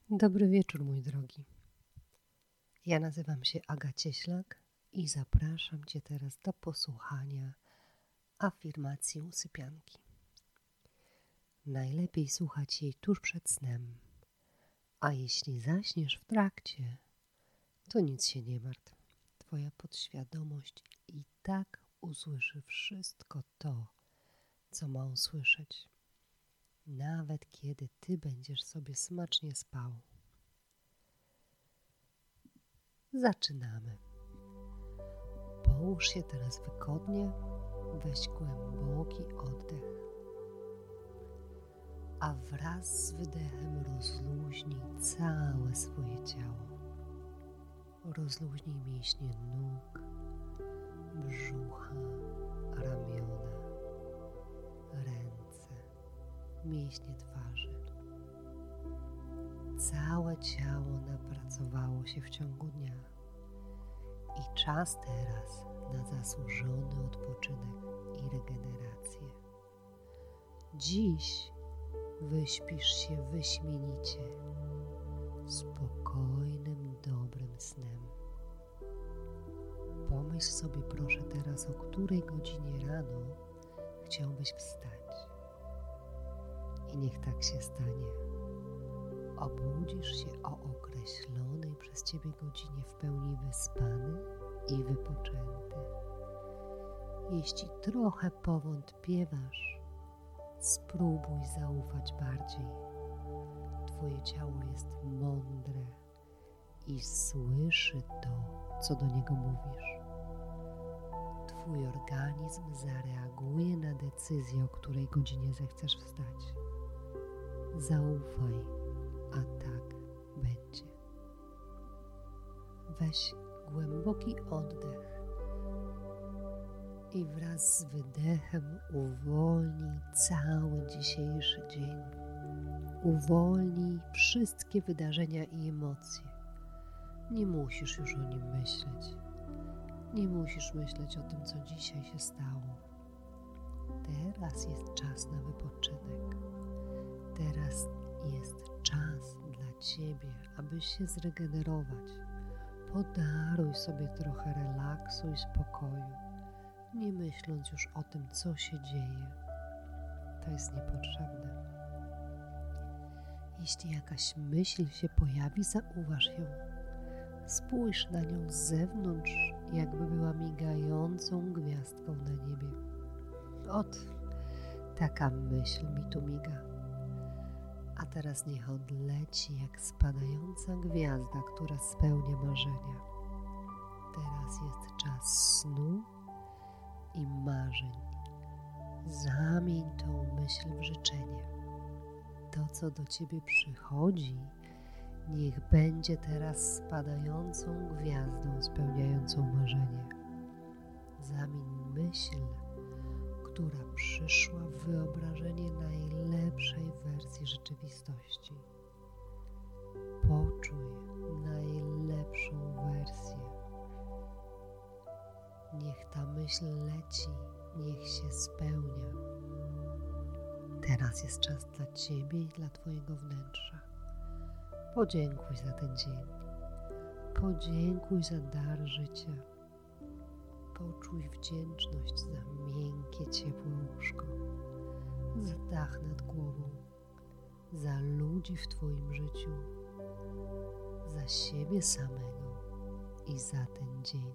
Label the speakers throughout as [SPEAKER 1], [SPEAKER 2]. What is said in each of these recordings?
[SPEAKER 1] Dobry wieczór, mój drogi. Ja nazywam się Aga Cieślak i zapraszam Cię teraz do posłuchania afirmacji usypianki. Najlepiej słuchać jej tuż przed snem, a jeśli zaśniesz w trakcie, to nic się nie martw. Twoja podświadomość i tak usłyszy wszystko to, co ma usłyszeć, nawet kiedy Ty będziesz sobie smacznie spał. Zaczynamy. Połóż się teraz wygodnie, weź głęboki oddech, a wraz z wydechem rozluźnij całe swoje ciało. Rozluźnij mięśnie nóg, brzucha, ramiona, ręce, mięśnie twarzy. Całe ciało napracowało się w ciągu dnia i czas teraz na zasłużony odpoczynek i regenerację. Dziś wyśpisz się wyśmienicie, spokojnym, dobrym snem. Pomyśl sobie proszę teraz, o której godzinie rano chciałbyś wstać. I niech tak się stanie. Obudzisz się o określonej przez Ciebie godzinie w pełni wyspany i wypoczęty. Jeśli trochę powątpiewasz, spróbuj zaufać bardziej. Twoje ciało jest mądre i słyszy to, co do niego mówisz. Twój organizm zareaguje na decyzję, o której godzinie zechcesz wstać. Zaufaj, a tak będzie. Weź głęboki oddech i wraz z wydechem uwolnij cały dzisiejszy dzień. Uwolnij wszystkie wydarzenia i emocje. Nie musisz już o nim myśleć. Nie musisz myśleć o tym, co dzisiaj się stało. Teraz jest czas na wypoczynek. Teraz jest czas dla Ciebie, aby się zregenerować. Podaruj sobie trochę relaksu i spokoju, nie myśląc już o tym, co się dzieje. To jest niepotrzebne. Jeśli jakaś myśl się pojawi, zauważ ją. Spójrz na nią z zewnątrz, jakby była migającą gwiazdką na niebie. Ot, taka myśl mi tu miga. A teraz niech odleci jak spadająca gwiazda, która spełnia marzenia. Teraz jest czas snu i marzeń. Zamień tą myśl w życzenie. To, co do Ciebie przychodzi, niech będzie teraz spadającą gwiazdą spełniającą marzenie. Zamień myśl, która przyszła w wyobrażenie najlepszej wersji rzeczywistości. Poczuj najlepszą wersję. Niech ta myśl leci, niech się spełnia. Teraz jest czas dla Ciebie i dla Twojego wnętrza. Podziękuj za ten dzień. Podziękuj za dar życia. Poczuj wdzięczność za miękkie, ciepłe łóżko, za dach nad głową, za ludzi w Twoim życiu, za siebie samego i za ten dzień.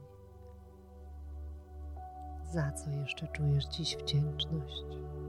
[SPEAKER 1] Za co jeszcze czujesz dziś wdzięczność?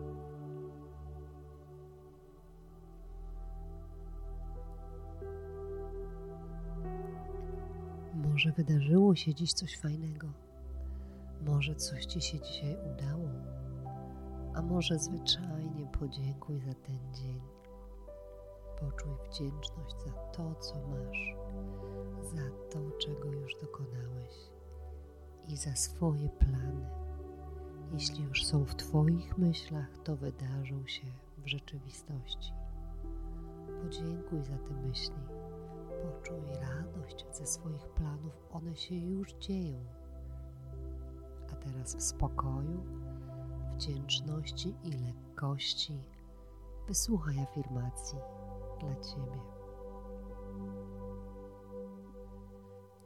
[SPEAKER 1] Może wydarzyło się dziś coś fajnego. Może coś Ci się dzisiaj udało, a może zwyczajnie podziękuj za ten dzień. Poczuj wdzięczność za to, co masz, za to, czego już dokonałeś i za swoje plany. Jeśli już są w Twoich myślach, to wydarzą się w rzeczywistości. Podziękuj za te myśli. Poczuj radość ze swoich planów, one się już dzieją. A teraz w spokoju, wdzięczności i lekkości wysłuchaj afirmacji dla Ciebie.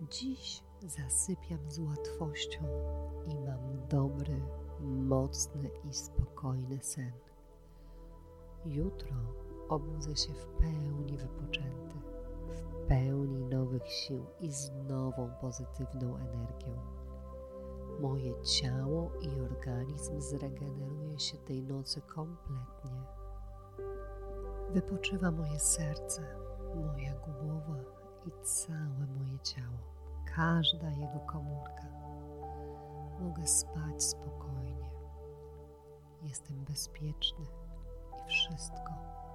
[SPEAKER 1] Dziś zasypiam z łatwością i mam dobry, mocny i spokojny sen. Jutro obudzę się w pełni wypoczęty, w pełni nowych sił i z nową pozytywną energią. Moje ciało i organizm zregeneruje się tej nocy kompletnie. Wypoczywa moje serce, moja głowa i całe moje ciało, każda jego komórka. Mogę spać spokojnie. Jestem bezpieczny i wszystko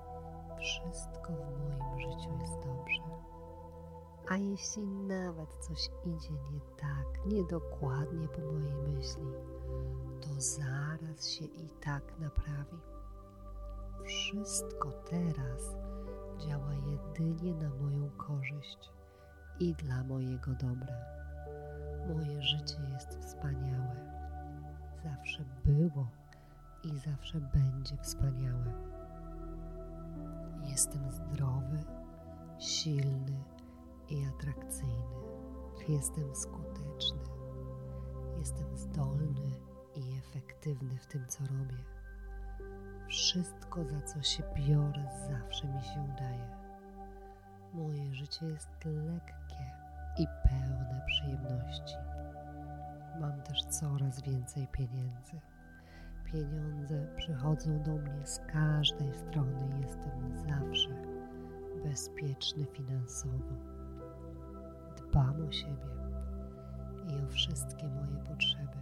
[SPEAKER 1] w moim życiu jest dobrze. A jeśli nawet coś idzie nie tak, niedokładnie po mojej myśli, to zaraz się i tak naprawi. Wszystko teraz działa jedynie na moją korzyść i dla mojego dobra. Moje życie jest wspaniałe. Zawsze było i zawsze będzie wspaniałe. Jestem zdrowy, silny i atrakcyjny. Jestem skuteczny. Jestem zdolny i efektywny w tym, co robię. Wszystko, za co się biorę, zawsze mi się udaje. Moje życie jest lekkie i pełne przyjemności. Mam też coraz więcej pieniędzy. Pieniądze przychodzą do mnie z każdej strony i jestem zawsze bezpieczny finansowo. Dbam o siebie i o wszystkie moje potrzeby.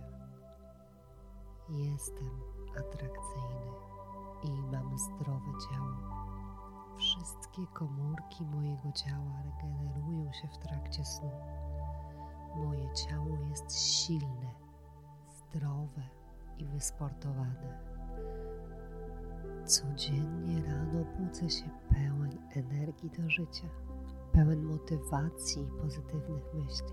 [SPEAKER 1] Jestem atrakcyjny i mam zdrowe ciało. Wszystkie komórki mojego ciała regenerują się w trakcie snu. Moje ciało jest silne, zdrowe i wysportowane. Codziennie rano budzę się pełen energii do życia, pełen motywacji i pozytywnych myśli.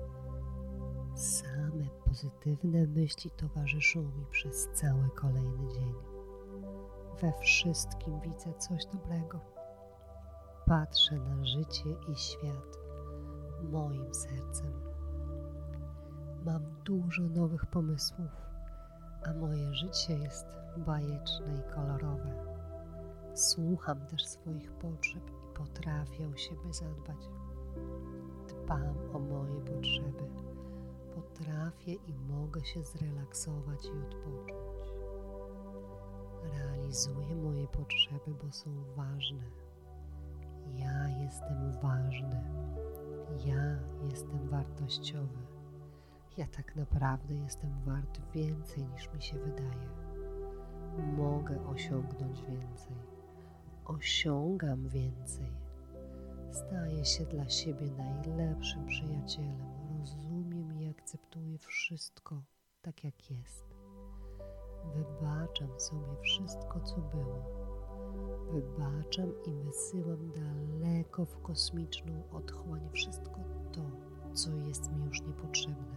[SPEAKER 1] Same pozytywne myśli towarzyszą mi przez cały kolejny dzień. We wszystkim widzę coś dobrego. Patrzę na życie i świat moim sercem. Mam dużo nowych pomysłów, a moje życie jest bajeczne i kolorowe. Słucham też swoich potrzeb i potrafię o siebie zadbać. Dbam o moje potrzeby. Potrafię i mogę się zrelaksować i odpocząć. Realizuję moje potrzeby, bo są ważne. Ja jestem ważny. Ja jestem wartościowy. Ja tak naprawdę jestem wart więcej niż mi się wydaje. Mogę osiągnąć więcej. Osiągam więcej. Staję się dla siebie najlepszym przyjacielem. Rozumiem i akceptuję wszystko tak, jak jest. Wybaczam sobie wszystko, co było. Wybaczam i wysyłam daleko w kosmiczną otchłań wszystko to, co jest mi już niepotrzebne.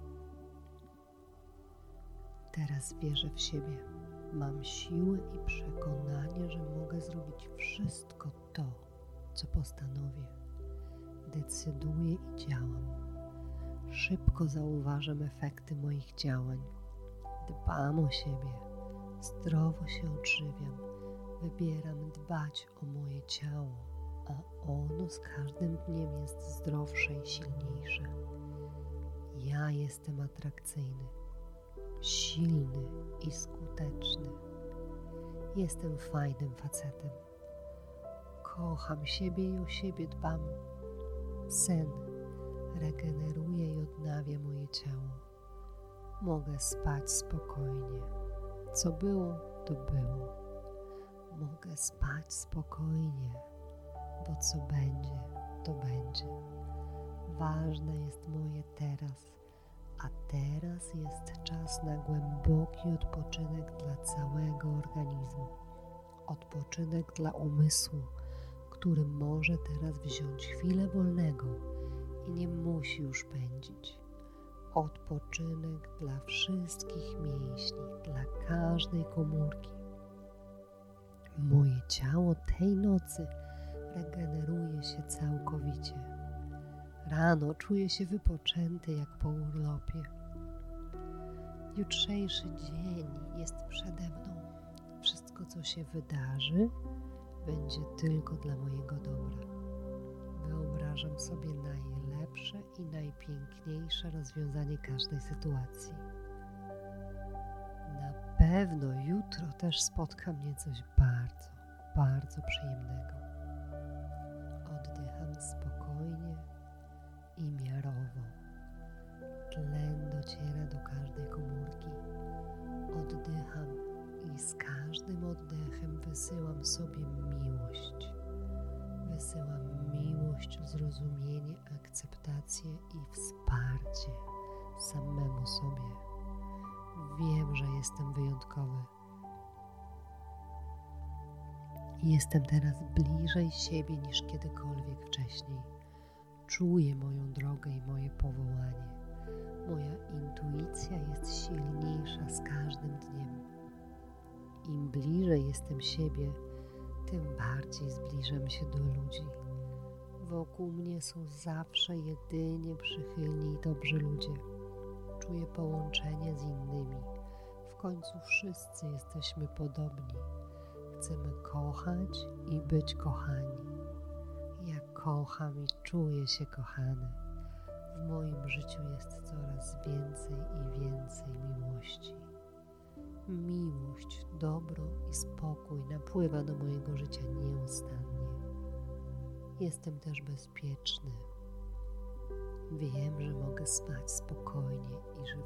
[SPEAKER 1] Teraz wierzę w siebie. Mam siłę i przekonanie, że mogę zrobić wszystko to, co postanowię. Decyduję i działam. Szybko zauważam efekty moich działań. Dbam o siebie. Zdrowo się odżywiam. Wybieram dbać o moje ciało, a ono z każdym dniem jest zdrowsze i silniejsze. Ja jestem atrakcyjny, silny i skuteczny. Jestem fajnym facetem. Kocham siebie i o siebie dbam. Sen regeneruje i odnawia moje ciało. Mogę spać spokojnie. Co było, to było. Mogę spać spokojnie, bo co będzie, to będzie. Ważne jest moje teraz, a teraz jest czas na głęboki odpoczynek dla całego organizmu. Odpoczynek dla umysłu, który może teraz wziąć chwilę wolnego i nie musi już pędzić. Odpoczynek dla wszystkich mięśni, dla każdej komórki. Moje ciało tej nocy regeneruje się całkowicie. Rano czuję się wypoczęty jak po urlopie. Jutrzejszy dzień jest przede mną. Wszystko, co się wydarzy, będzie tylko dla mojego dobra. Wyobrażam sobie najlepsze i najpiękniejsze rozwiązanie każdej sytuacji. Na pewno jutro też spotka mnie coś bardzo, bardzo przyjemnego. Oddycham spokojnie i miarowo. Tlen dociera do każdej komórki. Oddycham i z każdym oddechem wysyłam sobie miłość. Wysyłam miłość, zrozumienie, akceptację i wsparcie samemu sobie. Wiem, że jestem wyjątkowy. Jestem teraz bliżej siebie niż kiedykolwiek wcześniej. Czuję moją drogę i moje powołanie. Moja intuicja jest silniejsza z każdym dniem. Im bliżej jestem siebie, tym bardziej zbliżam się do ludzi. Wokół mnie są zawsze jedynie przychylni i dobrzy ludzie. Czuję połączenie z innymi. W końcu wszyscy jesteśmy podobni. Chcemy kochać i być kochani. Ja kocham i czuję się kochany. W moim życiu jest coraz więcej i więcej miłości. Miłość, dobro i spokój napływa do mojego życia nieustannie. Jestem też bezpieczny. Wiem, że mogę spać spokojnie i że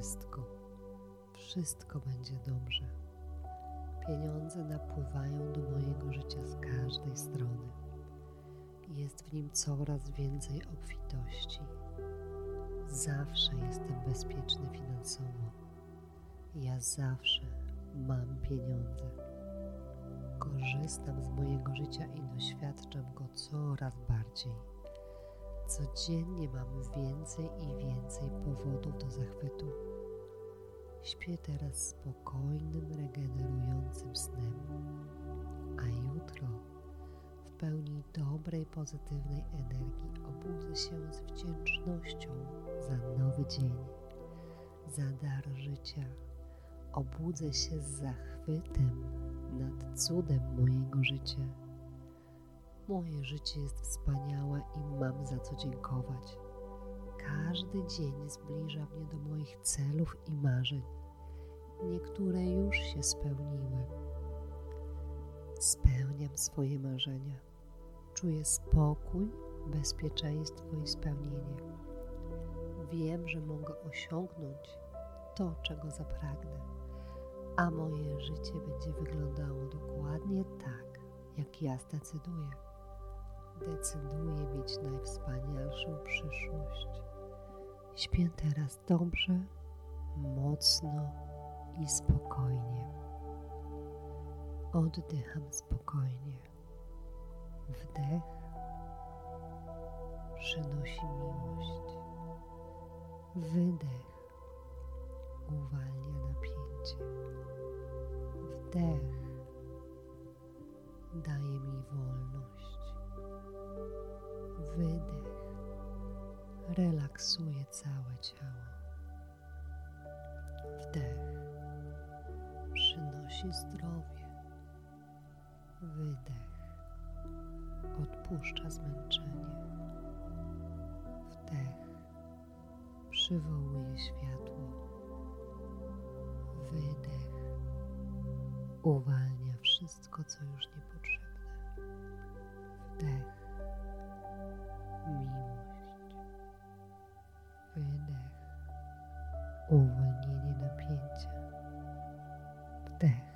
[SPEAKER 1] wszystko będzie dobrze. Pieniądze napływają do mojego życia z każdej strony. Jest w nim coraz więcej obfitości. Zawsze jestem bezpieczny finansowo. Ja zawsze mam pieniądze. Korzystam z mojego życia i doświadczam go coraz bardziej. Codziennie mam więcej i więcej powodów do zachwytu. Śpię teraz spokojnym, regenerującym snem, a jutro w pełni dobrej, pozytywnej energii obudzę się z wdzięcznością za nowy dzień, za dar życia. Obudzę się z zachwytem nad cudem mojego życia. Moje życie jest wspaniałe i mam za co dziękować. Każdy dzień zbliża mnie do moich celów i marzeń. Niektóre już się spełniły. Spełniam swoje marzenia. Czuję spokój, bezpieczeństwo i spełnienie. Wiem, że mogę osiągnąć to, czego zapragnę, a moje życie będzie wyglądało dokładnie tak, jak ja zdecyduję. Decyduję mieć najwspanialszą przyszłość. Śpię teraz dobrze, mocno i spokojnie. Oddycham spokojnie. Wdech przynosi miłość. Wydech uwalnia napięcie. Wdech daje mi wolność. Wydech relaksuje całe ciało. Wdech przynosi zdrowie. Wydech odpuszcza zmęczenie. Wdech przywołuje światło. Wydech uwalnia wszystko, co już niepotrzebne. Wdech miłość. Wydech uwolnienie napięcia. Wdech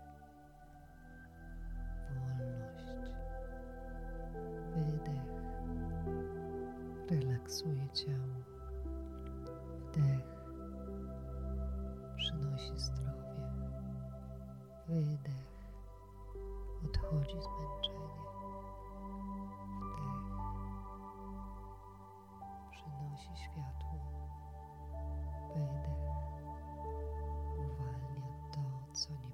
[SPEAKER 1] wolność. Wydech relaksuje ciało. Wdech przynosi zdrowie. Wydech odchodzi zmęczenie. Wdech przynosi światło. Wydech uwalnia to, co nie